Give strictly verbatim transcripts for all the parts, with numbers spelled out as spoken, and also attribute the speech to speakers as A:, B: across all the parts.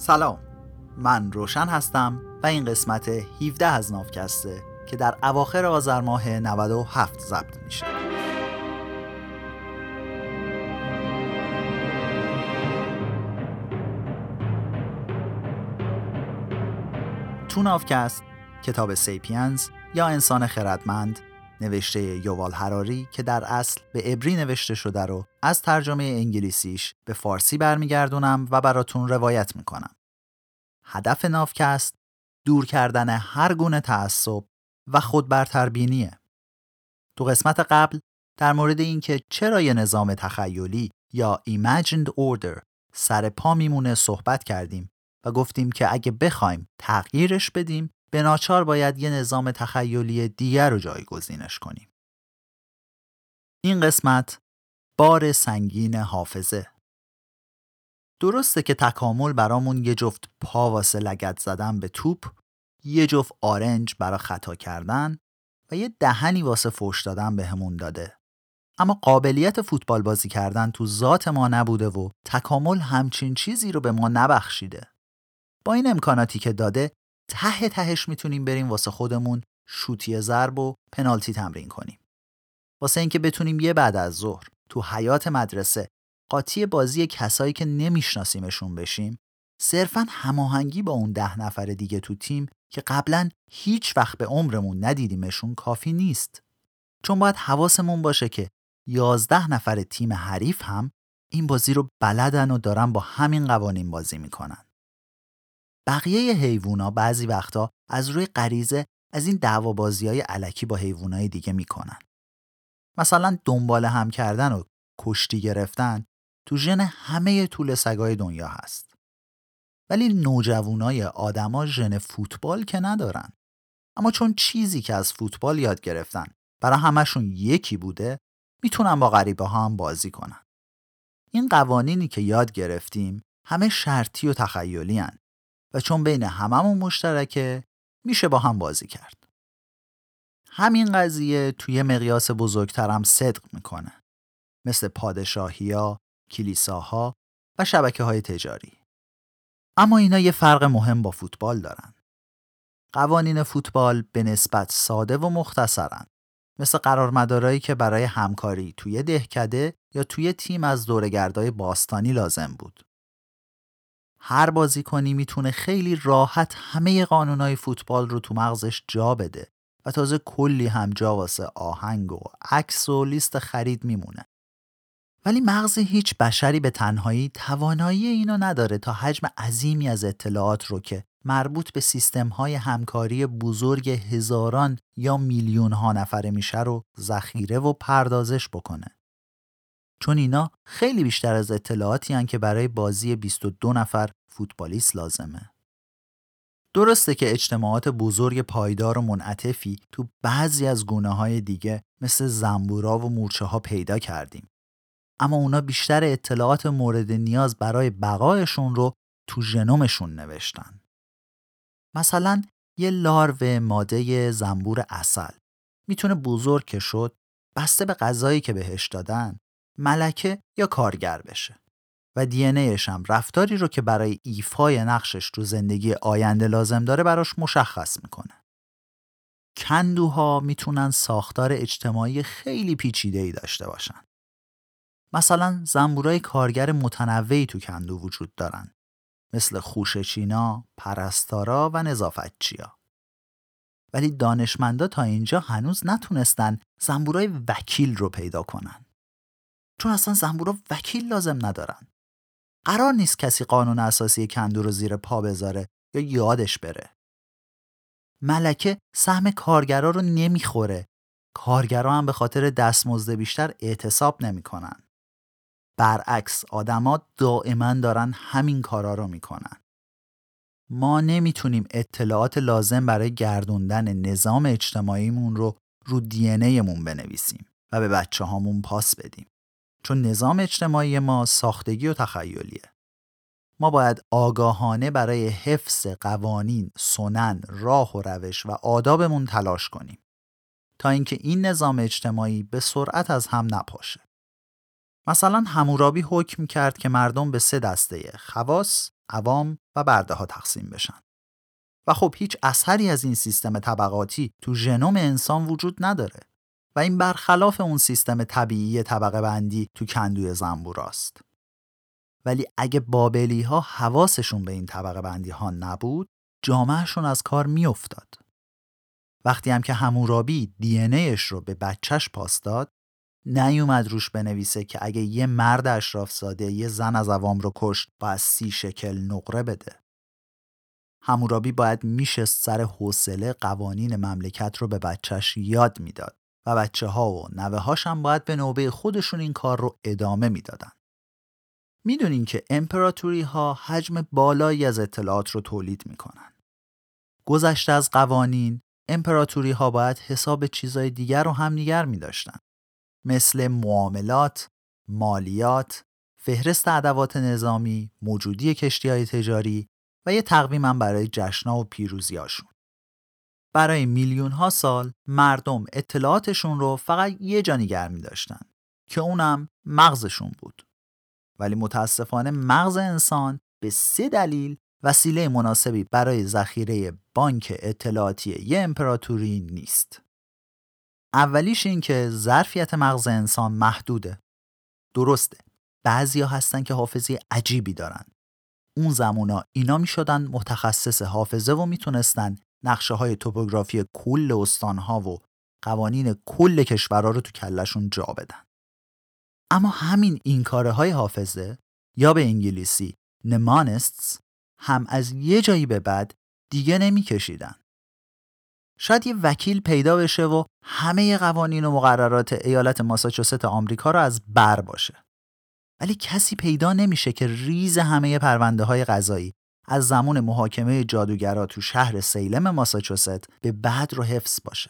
A: سلام، من روشن هستم و این قسمت هفده از ناوکسته که در اواخر آذر ماه نود و هفت ضبط میشه. تو ناوکست کتاب سیپینز یا انسان خردمند نوشته یووال هراری که در اصل به عبری نوشته شده رو از ترجمه انگلیسیش به فارسی برمیگردونم و براتون روایت میکنم. هدف ناوکست دور کردن هر گونه تعصب و خودبرتربینیه. تو قسمت قبل در مورد اینکه چرا یه نظام تخیلی یا imagined order سر پا میمونه صحبت کردیم و گفتیم که اگه بخوایم تغییرش بدیم به ناچار باید یه نظام تخیلی دیگر رو جایگزینش کنیم. این قسمت بار سنگین حافظه. درسته که تکامل برامون یه جفت پا واسه لگد زدن به توپ، یه جفت آرنج برا خطا کردن و یه دهنی واسه فحش دادن بهمون داده. اما قابلیت فوتبال بازی کردن تو ذات ما نبوده و تکامل همچین چیزی رو به ما نبخشیده. با این امکاناتی که داده، ته تهش میتونیم بریم واسه خودمون شوتی ضرب و پنالتی تمرین کنیم. واسه اینکه بتونیم یه بعد از ظهر تو حیاط مدرسه قاطی بازی کسایی که نمیشناسیمشون بشیم، صرفاً هماهنگی با اون ده نفر دیگه تو تیم که قبلاً هیچ وقت به عمرمون ندیدیمشون کافی نیست. چون باید حواسمون باشه که یازده نفر تیم حریف هم این بازی رو بلدن و دارن با همین قوانین بازی میکنن. بقیه حیوونا بعضی وقتا از روی غریزه از این دعوابازی‌های الکی با حیوانای دیگه میکنن. مثلا دنبال هم کردن و کشتی گرفتن تو ژن همه طول سگای دنیا هست. ولی نوجوانای آدما ژن فوتبال که ندارن. اما چون چیزی که از فوتبال یاد گرفتن برای همشون یکی بوده، میتونن با غریبه ها هم بازی کنن. این قوانینی که یاد گرفتیم همه شرطی و تخیلی هن و چون بین هممون مشترکه میشه با هم بازی کرد. همین قضیه توی مقیاس بزرگترم صدق میکنه. مثل پادشاهی‌ها، کلیساها و شبکه‌های تجاری. اما اینا یه فرق مهم با فوتبال دارن. قوانین فوتبال به نسبت ساده و مختصرن. مثل قرارمدارایی که برای همکاری توی دهکده یا توی تیم از دوره‌گردای باستانی لازم بود. هر بازیکنی میتونه خیلی راحت همه قانونای فوتبال رو تو مغزش جا بده و تازه کلی هم جا واسه آهنگ و عکس و لیست خرید میمونه. ولی مغز هیچ بشری به تنهایی توانایی اینو نداره تا حجم عظیمی از اطلاعات رو که مربوط به سیستم‌های همکاری بزرگ هزاران یا میلیون ها نفره میشه رو ذخیره و پردازش بکنه. چون اینا خیلی بیشتر از اطلاعاتی هن که برای بازی بیست و دو نفر فوتبالیست لازمه. درسته که اجتماعات بزرگ پایدار و منعطفی تو بعضی از گونه‌های دیگه مثل زنبورا و مورچه‌ها پیدا کردیم. اما اونا بیشتر اطلاعات مورد نیاز برای بقایشون رو تو ژنومشون نوشتن. مثلا یه لاروه ماده زنبور عسل میتونه بزرگ که شد بسته به غذایی که بهش دادن ملکه یا کارگر بشه و دی ان ایش هم رفتاری رو که برای ایفای نقشش تو زندگی آینده لازم داره براش مشخص میکنه. کندوها میتونن ساختار اجتماعی خیلی پیچیده‌ای داشته باشن. مثلا زنبورای کارگر متنوعی تو کندو وجود دارن، مثل خوشه‌چینا، پرستارا و نظافتچیا. ولی دانشمندا تا اینجا هنوز نتونستن زنبورای وکیل رو پیدا کنن. چون اصلا زنبورا وکیل لازم ندارن. قرار نیست کسی قانون اساسی کندو رو زیر پا بذاره یا یادش بره. ملکه سهم کارگرا رو نمیخوره. کارگرا هم به خاطر دستمزد بیشتر اعتصاب نمیکنن. برعکس آدما دائما دارن همین کارا رو میکنن. ما نمیتونیم اطلاعات لازم برای گردوندن نظام اجتماعیمون رو رو دی ان ایمون بنویسیم و به بچه هامون پاس بدیم. چون نظام اجتماعی ما ساختگی و تخیلیه. ما باید آگاهانه برای حفظ قوانین، سنن، راه و روش و آدابمون تلاش کنیم تا اینکه این نظام اجتماعی به سرعت از هم نپاشه. مثلا حمورابی حکم کرد که مردم به سه دسته خواص، عوام و برده ها تقسیم بشن. و خب هیچ اثری از این سیستم طبقاتی تو ژنوم انسان وجود نداره و این برخلاف اون سیستم طبیعی طبقه بندی تو کندوی زنبوراست. ولی اگه بابلی ها حواسشون به این طبقه بندی ها نبود، جامعهشون از کار می افتاد. وقتی هم که حمورابی دی ان ایش رو به بچهش پاس داد، نیومد روش بنویسه که اگه یه مرد اشراف زاده یه زن از عوام رو کشت باید سی شکل نقره بده. حمورابی باید میشست سر حوصله قوانین مملکت رو به بچهش یاد میداد و بچه ها و نوه هاش هم باید به نوبه خودشون این کار رو ادامه میدادن. میدونین که امپراتوری ها حجم بالایی از اطلاعات رو تولید میکنن. گذشته از قوانین، امپراتوری ها باید حساب چیزای دیگر رو هم نگر میداشتن. مثل معاملات، مالیات، فهرست ادوات نظامی، موجودی کشتی‌های تجاری و یه تقویم هم برای جشن‌ها و پیروزی‌هاشون. برای میلیون‌ها سال مردم اطلاعاتشون رو فقط یه جا نگه می‌داشتن که اونم مغزشون بود. ولی متاسفانه مغز انسان به سه دلیل وسیله مناسبی برای ذخیره بانک اطلاعاتی یه امپراتوری نیست. اولیش این که ظرفیت مغز انسان محدوده. درسته، بعضیا هستن که حافظه عجیبی دارن. اون زمونا اینا می شدن متخصص حافظه و می تونستن نقشه های توپوگرافی کل استانها و قوانین کل کشورها رو تو کلشون جا بدن. اما همین این کاره های حافظه یا به انگلیسی نمانستس هم از یه جایی به بعد دیگه نمی کشیدن. شاید یه وکیل پیدا بشه و همه قوانین و مقررات ایالت ماساچوست آمریکا رو از بر باشه. ولی کسی پیدا نمیشه که ریز همه پرونده های قضایی از زمان محاکمه جادوگرا تو شهر سیلم ماساچوست به بعد رو حفظ باشه.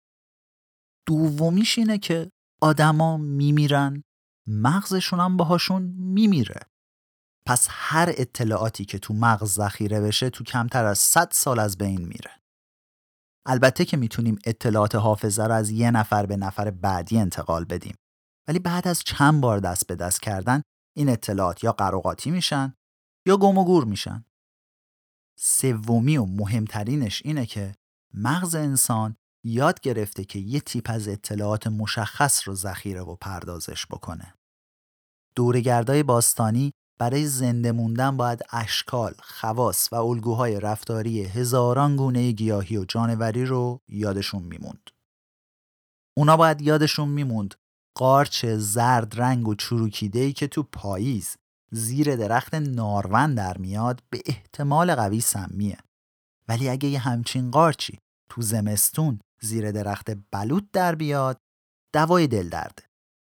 A: دومیش اینه که آدما میمیرن، مغزشون هم باهاشون میمیره. پس هر اطلاعاتی که تو مغز ذخیره بشه تو کمتر از صد سال از بین میره. البته که میتونیم اطلاعات حافظه رو از یه نفر به نفر بعدی انتقال بدیم، ولی بعد از چند بار دست به دست کردن این اطلاعات یا قراقاتی میشن یا گم و گور میشن. سومی و مهمترینش اینه که مغز انسان یاد گرفته که یه تیپ از اطلاعات مشخص رو ذخیره و پردازش بکنه. دوره‌گردای باستانی برای زنده موندن باید اشکال، خواص و الگوهای رفتاری هزاران گونه گیاهی و جانوری رو یادشون میموند. اونا باید یادشون میموند قارچ زرد رنگ و چروکیده‌ای که تو پاییز زیر درخت نارون در میاد به احتمال قوی سمیه. ولی اگه یه همچین قارچی تو زمستون زیر درخت بلوط در بیاد، دوای دل درده.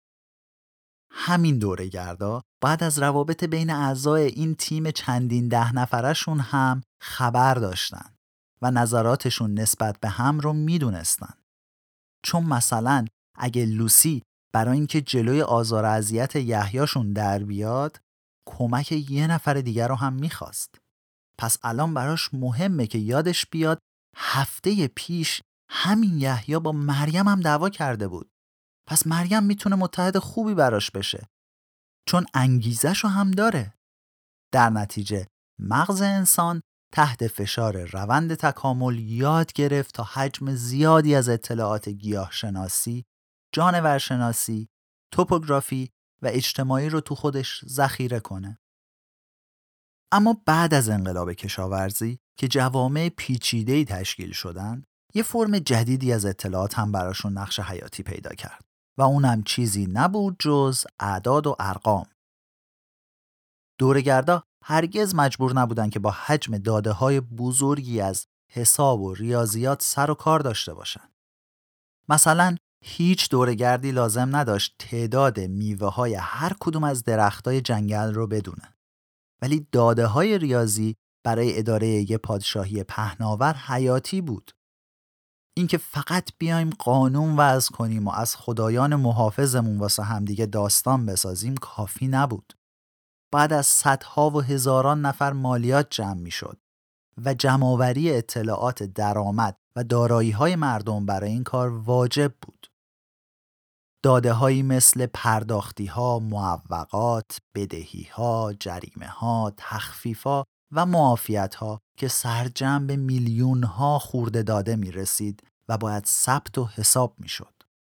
A: همین دوره‌گردا بعد از روابط بین اعضای این تیم چندین ده نفرشون هم خبر داشتن و نظراتشون نسبت به هم رو میدونستن. چون مثلا اگه لوسی برای اینکه جلوی آزار و اذیت یحیاشون در بیاد کمک یه نفر دیگر رو هم میخواست. پس الان براش مهمه که یادش بیاد هفته پیش همین یحیی با مریم هم دعوا کرده بود. پس مریم میتونه متحد خوبی براش بشه چون انگیزه‌شو هم داره. در نتیجه مغز انسان تحت فشار روند تکامل یاد گرفت تا حجم زیادی از اطلاعات گیاهشناسی، جانورشناسی، توپوگرافی و اجتماعی رو تو خودش ذخیره کنه. اما بعد از انقلاب کشاورزی که جوامع پیچیده‌ای تشکیل شدن، یه فرم جدیدی از اطلاعات هم براشون نقش حیاتی پیدا کرد و اونم چیزی نبود جز اعداد و ارقام. دوره‌گردا هرگز مجبور نبودن که با حجم داده‌های بزرگی از حساب و ریاضیات سر و کار داشته باشن. مثلا هیچ دوره‌گردی لازم نداشت تعداد میوه‌های هر کدوم از درختای جنگل رو بدونه. ولی داده‌های ریاضی برای اداره یه پادشاهی پهناور حیاتی بود. اینکه فقط بیایم قانون وضع کنیم و از خدایان محافظمون واسه همدیگه داستان بسازیم کافی نبود. بعد از صدها و هزاران نفر مالیات جمع می شد و جمع‌آوری اطلاعات درآمد و دارایی‌های مردم برای این کار واجب بود. داده‌هایی مثل پرداختی‌ها، معوقات، بدهی‌ها، جریمه‌ها، تخفیف‌ها و معافیت‌ها که سرجم به میلیون‌ها خورده داده می‌رسید و باید ثبت و حساب می‌شد.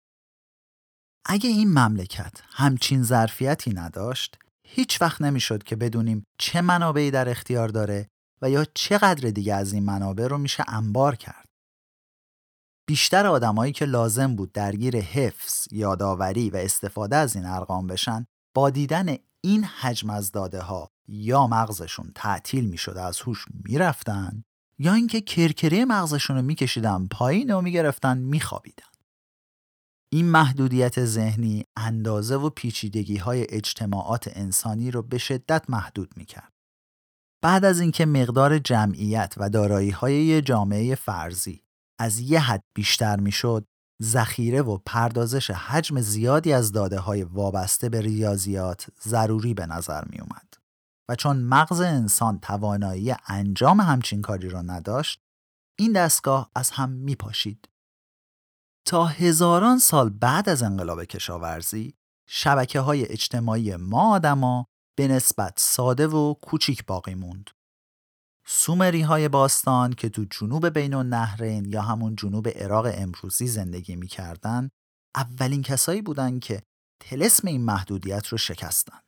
A: اگه این مملکت همچین ظرفیتی نداشت، هیچ وقت نمی‌شد که بدونیم چه منابعی در اختیار داره و یا چقدر دیگه از این منابع رو میشه انبار کرد. بیشتر آدمایی که لازم بود درگیر حفظ، یاداوری و استفاده از این ارقام بشن، با دیدن این حجم از داده ها یا مغزشون تعطیل میشد، از هوش میرفتن، یا اینکه کرکره مغزشون رو میکشیدن پایین و میگرفتن میخوابیدن. این محدودیت ذهنی اندازه و پیچیدگی های اجتماعات انسانی رو به شدت محدود میکرد. بعد از اینکه مقدار جمعیت و دارایی های یه جامعه فرضی از یه حد بیشتر میشد، ذخیره و پردازش حجم زیادی از داده های وابسته به ریاضیات ضروری به نظر می اومد. و چون مغز انسان توانایی انجام همچین کاری را نداشت، این دستگاه از هم می پاشید. تا هزاران سال بعد از انقلاب کشاورزی، شبکه های اجتماعی ما آدما به نسبت ساده و کوچیک باقی موند. سومری های باستان که تو جنوب بین النهرین یا همون جنوب عراق امروزی زندگی می کردن، اولین کسایی بودن که طلسم این محدودیت رو شکستن.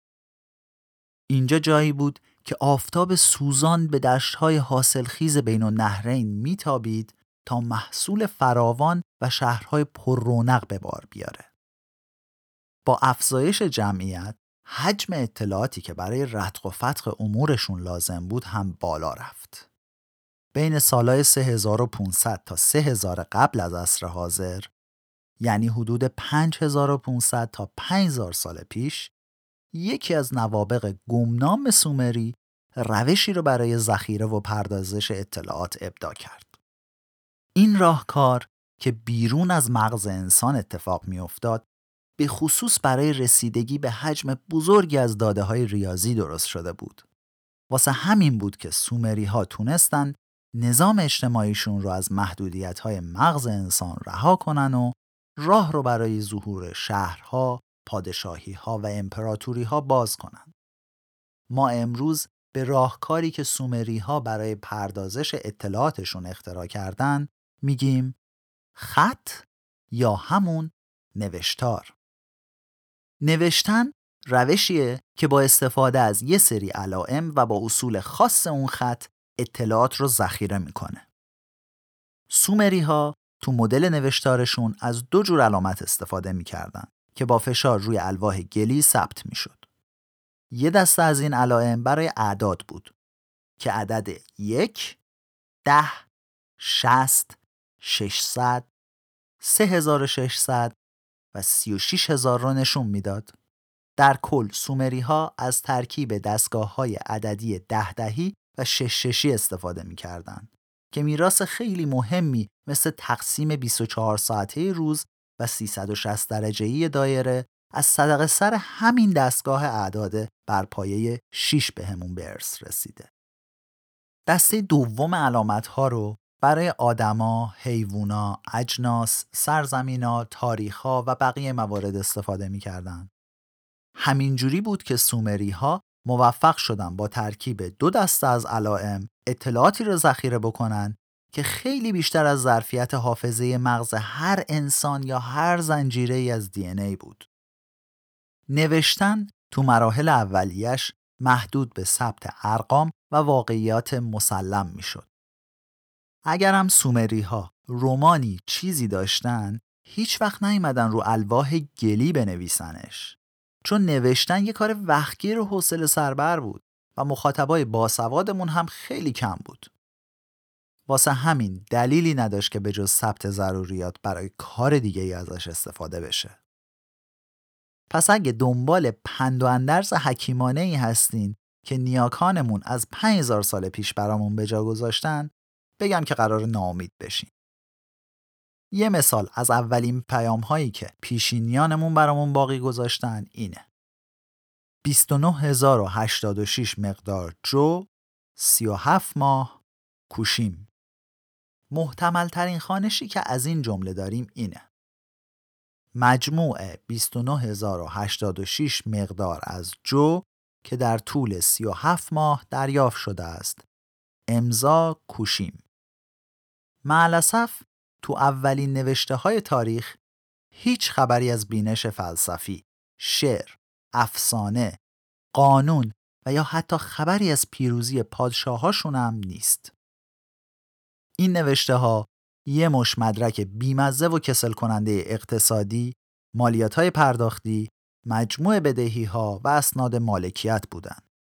A: اینجا جایی بود که آفتاب سوزان به دشت‌های حاصلخیز بین النهرین میتابید تا محصول فراوان و شهرهای پر رونق به بار بیاره. با افزایش جمعیت، حجم اطلاعاتی که برای رتق و فتق امورشون لازم بود هم بالا رفت. بین سالهای سه هزار و پانصد تا سه هزار قبل از عصر حاضر، یعنی حدود پنج هزار و پانصد تا پنج هزار سال پیش، یکی از نوابغ گمنام سومری روشی رو برای ذخیره و پردازش اطلاعات ابداع کرد. این راهکار که بیرون از مغز انسان اتفاق می افتاد، به خصوص برای رسیدگی به حجم بزرگی از داده‌های ریاضی درست شده بود. واسه همین بود که سومری ها تونستن نظام اجتماعیشون رو از محدودیت‌های مغز انسان رها کنن و راه رو برای ظهور شهرها، پادشاهی‌ها و امپراتوری‌ها باز کنن. ما امروز به راهکاری که سومری ها برای پردازش اطلاعاتشون اختراع کردن میگیم خط یا همون نوشتار. نوشتن روشیه که با استفاده از یه سری علائم و با اصول خاص اون خط اطلاعات رو ذخیره میکنه. سومری ها تو مدل نوشتارشون از دو جور علامت استفاده میکردن که با فشار روی الواح گلی ثبت میشد. یه دسته از این علائم برای اعداد بود که عدد یک، ده، شصت، ششصد، سه هزار و ششصد و سی و شش هزار رو نشون میداد. در کل سومری ها از ترکیب دستگاه های عددی ده دهی و شش ششی استفاده می کردن که میراث خیلی مهمی مثل تقسیم بیست و چهار ساعته روز و سیصد و شصت درجه‌ای دایره از صدقه سر همین دستگاه اعداد بر پایه شش بهمون به ارث رسیده. دسته دوم علامت ها رو برای آدما، حیوونا، اجناس، سرزمینا، تاریخ‌ها و بقیه موارد استفاده می‌کردن. همینجوری بود که سومری ها موفق شدن با ترکیب دو دسته از علائم اطلاعاتی رو ذخیره بکنن که خیلی بیشتر از ظرفیت حافظه مغز هر انسان یا هر زنجیره‌ای از دی ان ای بود. نوشتن تو مراحل اولیش محدود به ثبت ارقام و واقعیات مسلم میشد. اگر هم سومری ها رمانی چیزی داشتن، هیچ وقت نیومدن رو الواح گلی بنویسنش، چون نوشتن یه کار وقتگیر و حوصله سربر بود و مخاطبای باسوادمون هم خیلی کم بود. واسه همین دلیلی نداشت که به جز ثبت ضروریات برای کار دیگه ای ازش استفاده بشه. پس اگه دنبال پند و اندرز حکیمانه ای هستین که نیاکانمون از پنج هزار سال پیش برامون به جا گذاشتن، بگم که قرار ناامید بشین. یه مثال از اولین پیام هایی که پیشینیانمون برامون باقی گذاشتن اینه: بیست و نه هزار و هشتاد و شش مقدار جو، سی و هفت ماه کوشیم. محتمل ترین خوانشی که از این جمله داریم اینه: مجموع بیست و نه هزار و هشتاد و شش مقدار از جو که در طول سی و هفت ماه دریافت شده است. امضا کوشیم. معلاسف تو اولین نوشته های تاریخ هیچ خبری از بینش فلسفی، شعر، افسانه، قانون و یا حتی خبری از پیروزی پادشاهاشون هم نیست. این نوشته ها یه مش مدرک بیمزه و کسل کننده اقتصادی، مالیات های پرداختی، مجموع بدهی ها و اسناد مالکیت بودن.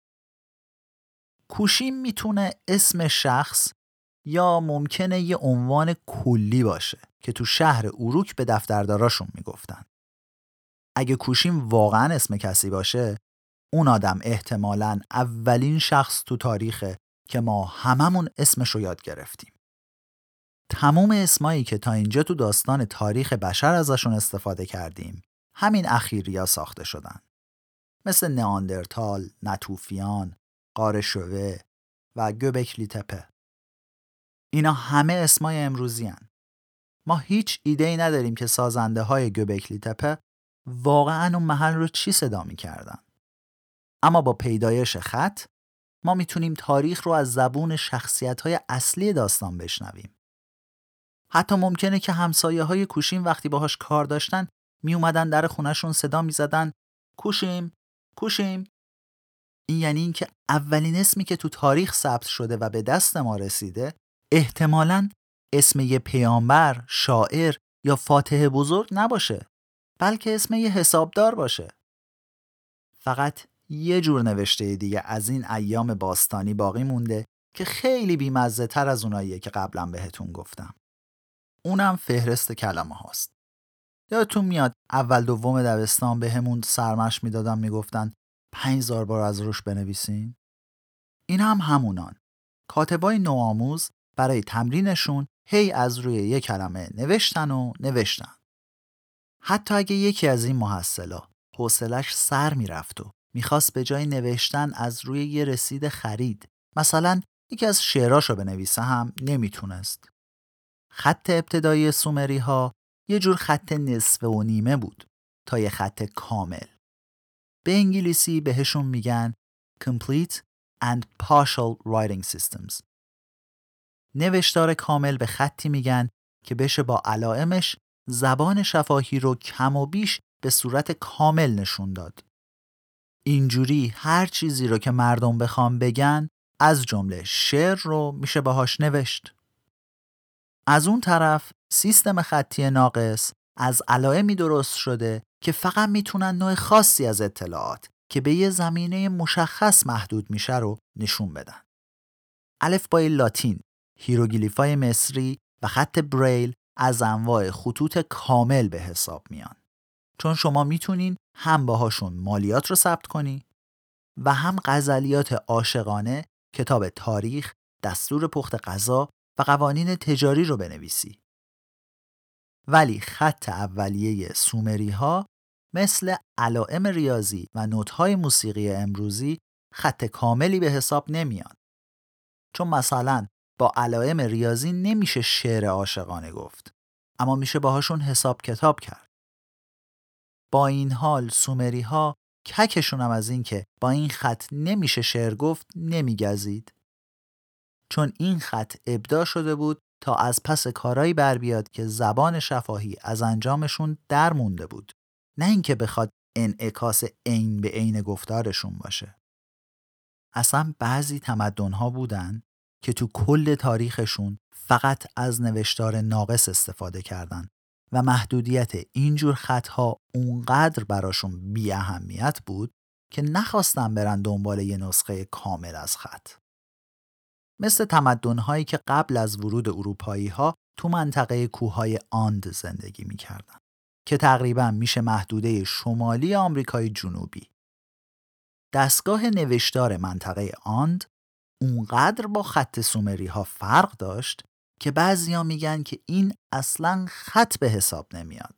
A: کوشیم میتونه اسم شخص یا ممکنه یه عنوان کلی باشه که تو شهر اوروک به دفترداراشون میگفتن. اگه کوشیم واقعا اسم کسی باشه، اون آدم احتمالاً اولین شخص تو تاریخه که ما هممون اسمشو یاد گرفتیم. تمام اسمایی که تا اینجا تو داستان تاریخ بشر ازشون استفاده کردیم، همین اخیریا ساخته شدن. مثل نئاندرتال، نتوفیان، غار شوه و گوبکلی تپه. اینا همه اسمای امروزی هن. ما هیچ ایده‌ای نداریم که سازنده های گوبکلی تپه واقعا اون محل رو چی صدا می کردن. اما با پیدایش خط ما میتونیم تاریخ رو از زبون شخصیت های اصلی داستان بشنویم. حتی ممکنه که همسایه های کوشیم وقتی باهاش کار داشتن می اومدن در خونهشون صدا می زدن کوشیم، کوشیم. این یعنی این که اولین اسمی که تو تاریخ ثبت شده و به دست ما رسیده احتمالاً اسم یه پیامبر، شاعر یا فاتح بزرگ نباشه، بلکه اسم یه حسابدار باشه. فقط یه جور نوشته دیگه از این ایام باستانی باقی مونده که خیلی بیمزه تر از اوناییه که قبلا بهتون گفتم. اونم فهرست کلمه هاست. یادتون میاد اول دوم دبستان به همون سرمشق میدادن میگفتن پنج هزار بار از روش بنویسین؟ این هم همونان. کاتبای نوآموز برای تمرینشون هی از روی یک کلمه نوشتن و نوشتن. حتی اگه یکی از این محصلا حوصلش سر میرفت و میخواست به جای نوشتن از روی یه رسید خرید مثلا یکی از شعراشو بنویسه هم نمیتونست. خط ابتدایی سومری ها یه جور خط نصفه و نیمه بود تا یه خط کامل. به انگلیسی بهشون میگن Complete and Partial Writing Systems. نوشتار کامل به خطی میگن که بشه با علائمش زبان شفاهی رو کم و بیش به صورت کامل نشون داد. اینجوری هر چیزی رو که مردم بخوام بگن از جمله شعر رو میشه باهاش نوشت. از اون طرف سیستم خطی ناقص از علائمی درست شده که فقط میتونن نوع خاصی از اطلاعات که به یه زمینه مشخص محدود میشه رو نشون بدن. الفبای لاتین، هیروگلیفای مصری و خط بریل از انواع خطوط کامل به حساب میان. چون شما میتونین هم باهاشون مالیات رو ثبت کنی و هم غزلیات عاشقانه، کتاب تاریخ، دستور پخت غذا و قوانین تجاری رو بنویسی. ولی خط اولیه سومری ها مثل علائم ریاضی و نوت‌های موسیقی امروزی خط کاملی به حساب نمیان. چون مثلا با علائم ریاضی نمیشه شعر عاشقانه گفت، اما میشه باهاشون حساب کتاب کرد. با این حال سومری ها ککشون هم از این که با این خط نمیشه شعر گفت نمیگزید. چون این خط ابداع شده بود تا از پس کارایی بر بیاد که زبان شفاهی از انجامشون در مونده بود، نه اینکه بخواد انعکاس عین به عین گفتارشون باشه. اصلا بعضی تمدن‌ها بودن که تو کل تاریخشون فقط از نوشتار ناقص استفاده کردن و محدودیت اینجور خطها اونقدر براشون بی اهمیت بود که نخواستن برن دنبال یه نسخه کامل از خط. مثل تمدن‌هایی که قبل از ورود اروپایی‌ها تو منطقه کوههای آند زندگی می‌کردن که تقریباً میشه محدوده شمالی آمریکای جنوبی. دستگاه نوشتار منطقه آند اونقدر با خط سومری ها فرق داشت که بعضیا میگن که این اصلاً خط به حساب نمیاد.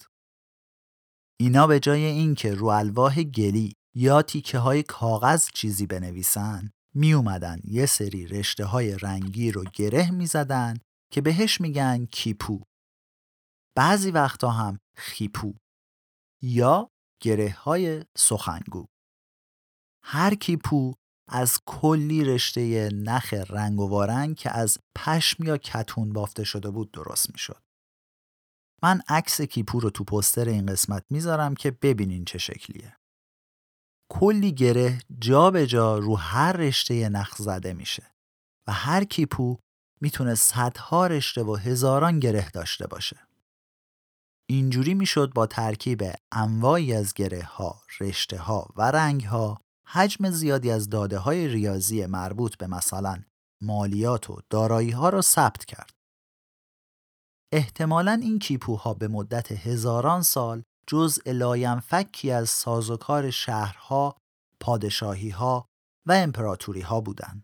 A: اینا به جای این که رو الواح گلی یا تیکه های کاغذ چیزی بنویسن، می اومدن یه سری رشته های رنگی رو گره می زدن که بهش میگن کیپو. بعضی وقتا هم خیپو یا گره های سخنگو. هر کیپو از کلی رشته نخ رنگ و وارنگ که از پشم یا کتون بافته شده بود درست می شد. من عکس کیپو رو تو پوستر این قسمت میذارم که ببینین چه شکلیه. کلی گره جا به جا رو هر رشته نخ زده میشه و هر کیپو میتونه صدها رشته و هزاران گره داشته باشه. اینجوری میشد با ترکیب انواعی از گره ها، رشته ها و رنگ ها حجم زیادی از داده های ریاضی مربوط به مثلا مالیات و دارایی ها رو ثبت کرد. احتمالاً این کیپوها به مدت هزاران سال جزء لاینفکی از سازوکار شهرها، پادشاهی‌ها و امپراتوری‌ها بودند.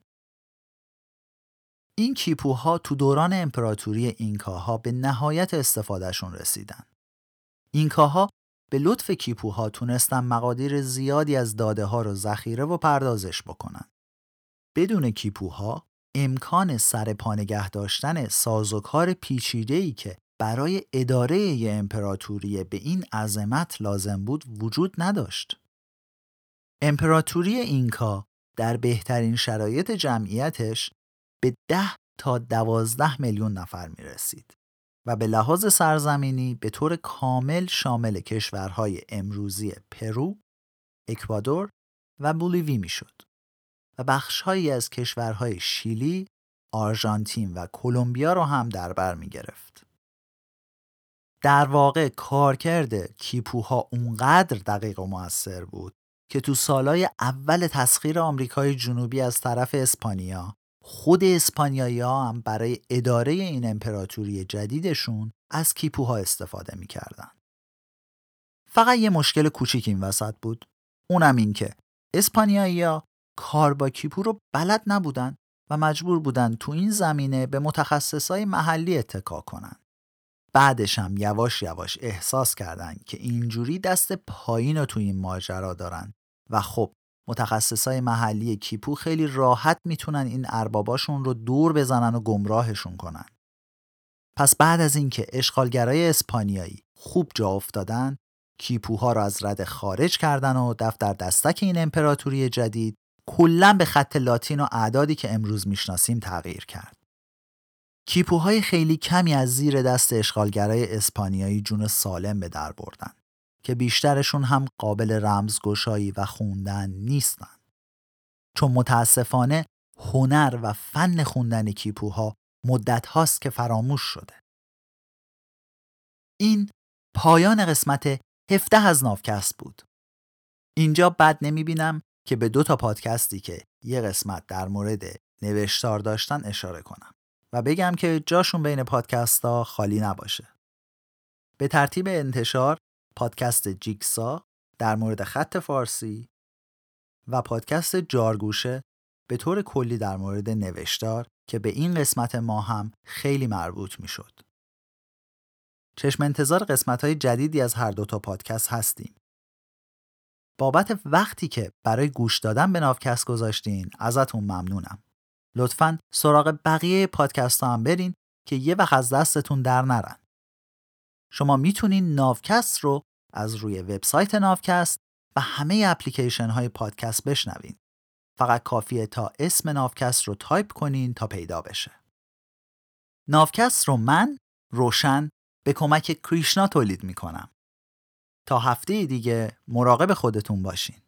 A: این کیپوها تو دوران امپراتوری اینکاها به نهایت استفادهشون رسیدن. اینکاها به لطف کیپوها تونستن مقادیر زیادی از داده ها رو ذخیره و پردازش بکنن. بدون کیپوها امکان سرپا نگه داشتن سازوکار پیچیده‌ای که برای اداره ی امپراتوری به این عظمت لازم بود وجود نداشت. امپراتوری اینکا در بهترین شرایط جمعیتش به ده تا دوازده میلیون نفر می رسید و به لحاظ سرزمینی به طور کامل شامل کشورهای امروزی پرو، اکوادور و بولیوی می شد و بخشهایی از کشورهای شیلی، آرژانتین و کلمبیا رو هم در بر می گرفت. در واقع کارکرد کیپوها اونقدر دقیق و مؤثر بود که تو سالهای اول تسخیر آمریکای جنوبی از طرف اسپانیا، خود اسپانیایی‌ها هم برای اداره این امپراتوری جدیدشون از کیپوها استفاده می‌کردن. فقط یه مشکل کوچیک این وسط بود. اونم این که اسپانیایی‌ها کار با کیپو رو بلد نبودن و مجبور بودن تو این زمینه به متخصصای محلی اتکا کنن. بعدش هم یواش یواش احساس کردن که اینجوری دست پایین رو تو این ماجرا دارن و خب متخصصای محلی کیپو خیلی راحت میتونن این ارباباشون رو دور بزنن و گمراهشون کنن. پس بعد از اینکه اشغالگرای اسپانیایی خوب جا افتادن، کیپوها رو از رده خارج کردن و دفتر دستک این امپراتوری جدید کلاً به خط لاتین و اعدادی که امروز میشناسیم تغییر کرد. کیپوهای خیلی کمی از زیر دست اشغالگرای اسپانیایی جون سالم به در بردن که بیشترشون هم قابل رمزگشایی و خوندن نیستن. چون متاسفانه هنر و فن خوندن کیپوها مدت هاست که فراموش شده. این پایان قسمت هفده از ناوکست بود. اینجا بد نمی بینم که به دو تا پادکستی که یه قسمت در مورد نوشتار داشتن اشاره کنم و بگم که جاشون بین پادکست ها خالی نباشه. به ترتیب انتشار پادکست جیکسا در مورد خط فارسی و پادکست جارگوشه به طور کلی در مورد نوشتار که به این قسمت ما هم خیلی مربوط می شد. چشم انتظار قسمت‌های جدیدی از هر دو تا پادکست هستیم. بابت وقتی که برای گوش دادن به ناوکست گذاشتین ازتون ممنونم. لطفاً سراغ بقیه پادکست ها هم برین که یه وقت از دستتون در نرن. شما میتونین ناوکست رو از روی وبسایت ناوکست و همه اپلیکیشن های پادکست بشنوین. فقط کافیه تا اسم ناوکست رو تایپ کنین تا پیدا بشه. ناوکست رو من، روشن، به کمک کریشنا تولید میکنم. تا هفته دیگه مراقب خودتون باشین.